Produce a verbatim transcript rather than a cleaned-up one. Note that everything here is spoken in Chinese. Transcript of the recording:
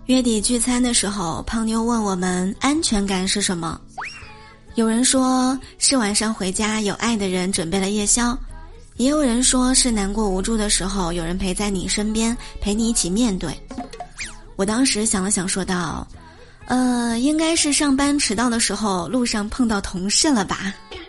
月底聚餐的时候，胖妞问我们安全感是什么。有人说是晚上回家有爱的人准备了夜宵，也有人说是难过无助的时候有人陪在你身边，陪你一起面对。我当时想了想说道，呃，应该是上班迟到的时候路上碰到同事了吧。